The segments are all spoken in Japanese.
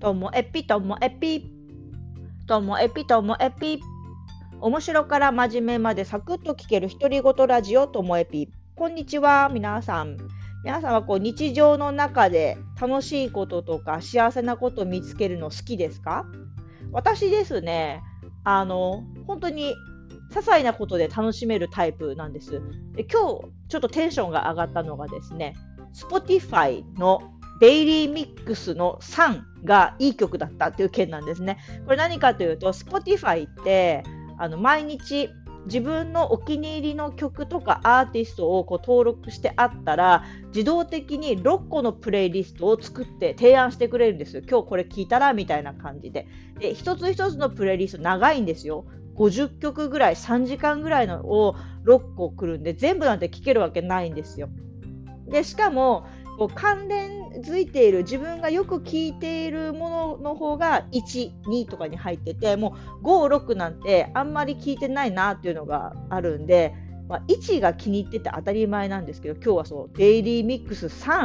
ともえぴともえぴともえぴともえぴ、面白から真面目までサクッと聞ける独り言ラジオともえぴ。こんにちは、皆さんは日常の中で楽しいこととか幸せなことを見つけるの好きですか？私ですね、本当に些細なことで楽しめるタイプなんです。で、今日ちょっとテンションが上がったのがですね、Spotify のデイリーミックスの3がいい曲だったっていう件なんですね。これ何かというと、Spotify って毎日自分のお気に入りの曲とかアーティストを登録してあったら、自動的に6個のプレイリストを作って提案してくれるんですよ。今日これ聞いたらみたいな感じで。で、一つ一つのプレイリスト長いんですよ。50曲ぐらい、3時間ぐらいのを6個来るんで、全部なんて聞けるわけないんですよ。で、しかも関連づいている自分がよく聞いているものの方が1、2とかに入ってて、もう5、6なんてあんまり聞いてないなっていうのがあるんで、1が気に入ってて当たり前なんですけど、今日はデイリーミックス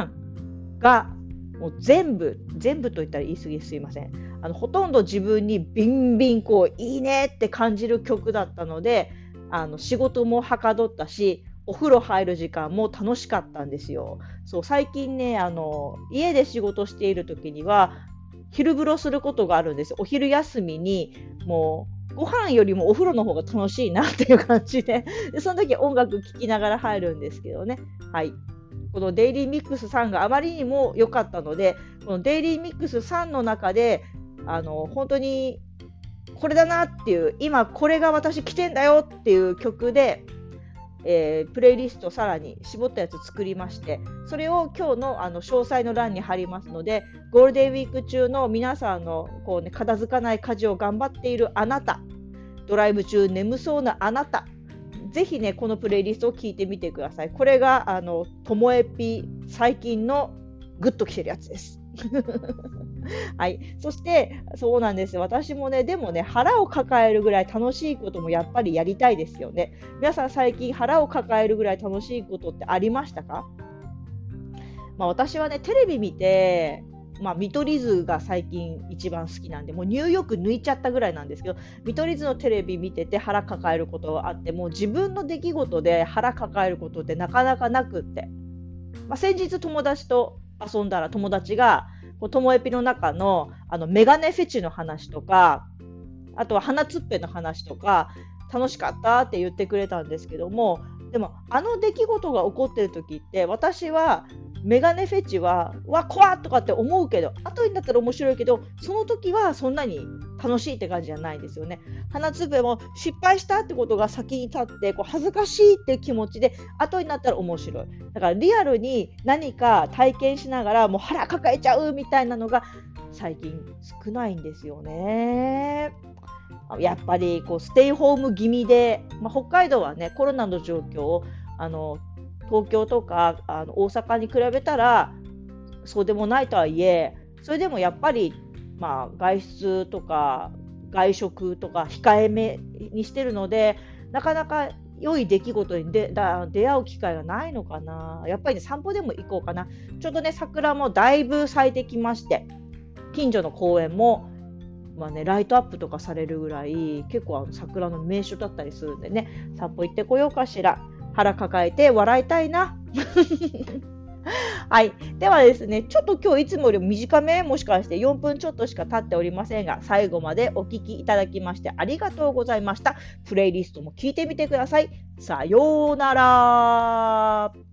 3がもう全部と言ったら言い過ぎすいません。ほとんど自分にビンビンいいねって感じる曲だったので、仕事もはかどったし、お風呂入る時間も楽しかったんですよ。そう、最近ね、家で仕事している時には昼風呂することがあるんです。お昼休みにもうご飯よりもお風呂の方が楽しいなっていう感じで、その時音楽聴きながら入るんですけどね。はい。このデイリーミックス3があまりにも良かったので、このデイリーミックス3の中で本当にこれだなっていう、今これが私来てんだよっていう曲でプレイリストさらに絞ったやつ作りまして、それを今日の詳細の欄に貼りますので、ゴールデンウィーク中の皆さんの片付かない家事を頑張っているあなた、ドライブ中眠そうなあなた、ぜひねこのプレイリストを聞いてみてください。これがともえぴ最近のグッときてるやつですはい、そしてそうなんですよ。私もね、でもね、腹を抱えるぐらい楽しいこともやっぱりやりたいですよね。皆さん最近腹を抱えるぐらい楽しいことってありましたか？私はね、テレビ見て、見取り図が最近一番好きなんで、もうニューヨーク抜いちゃったぐらいなんですけど、見取り図のテレビ見てて腹抱えることがあって、もう自分の出来事で腹抱えることってなかなかなくって、先日友達と遊んだら友達がともえぴの中のメガネフェチの話とか、あとは鼻つっぺの話とか楽しかったって言ってくれたんですけども、でも出来事が起こってる時って私はメガネフェチは怖っとかって思うけど、後になったら面白いけど、その時はそんなに楽しいって感じじゃないんですよね。鼻つぶも失敗したってことが先に立って恥ずかしいって気持ちで、後になったら面白い。だからリアルに何か体験しながらもう腹抱えちゃうみたいなのが最近少ないんですよね。やっぱりステイホーム気味で、北海道はねコロナの状況を東京とか大阪に比べたらそうでもないとはいえ、それでもやっぱり、外出とか外食とか控えめにしてるので、なかなか良い出来事に出会う機会がないのかな。やっぱり、ね、散歩でも行こうかな。ちょうどね桜もだいぶ咲いてきまして、近所の公園もライトアップとかされるぐらい結構桜の名所だったりするんでね、散歩行ってこようかしら。腹抱えて笑いたいなはい。ではですね、ちょっと今日いつもより短め、もしかして4分ちょっとしか経っておりませんが、最後までお聞きいただきましてありがとうございました。プレイリストも聞いてみてください。さようなら。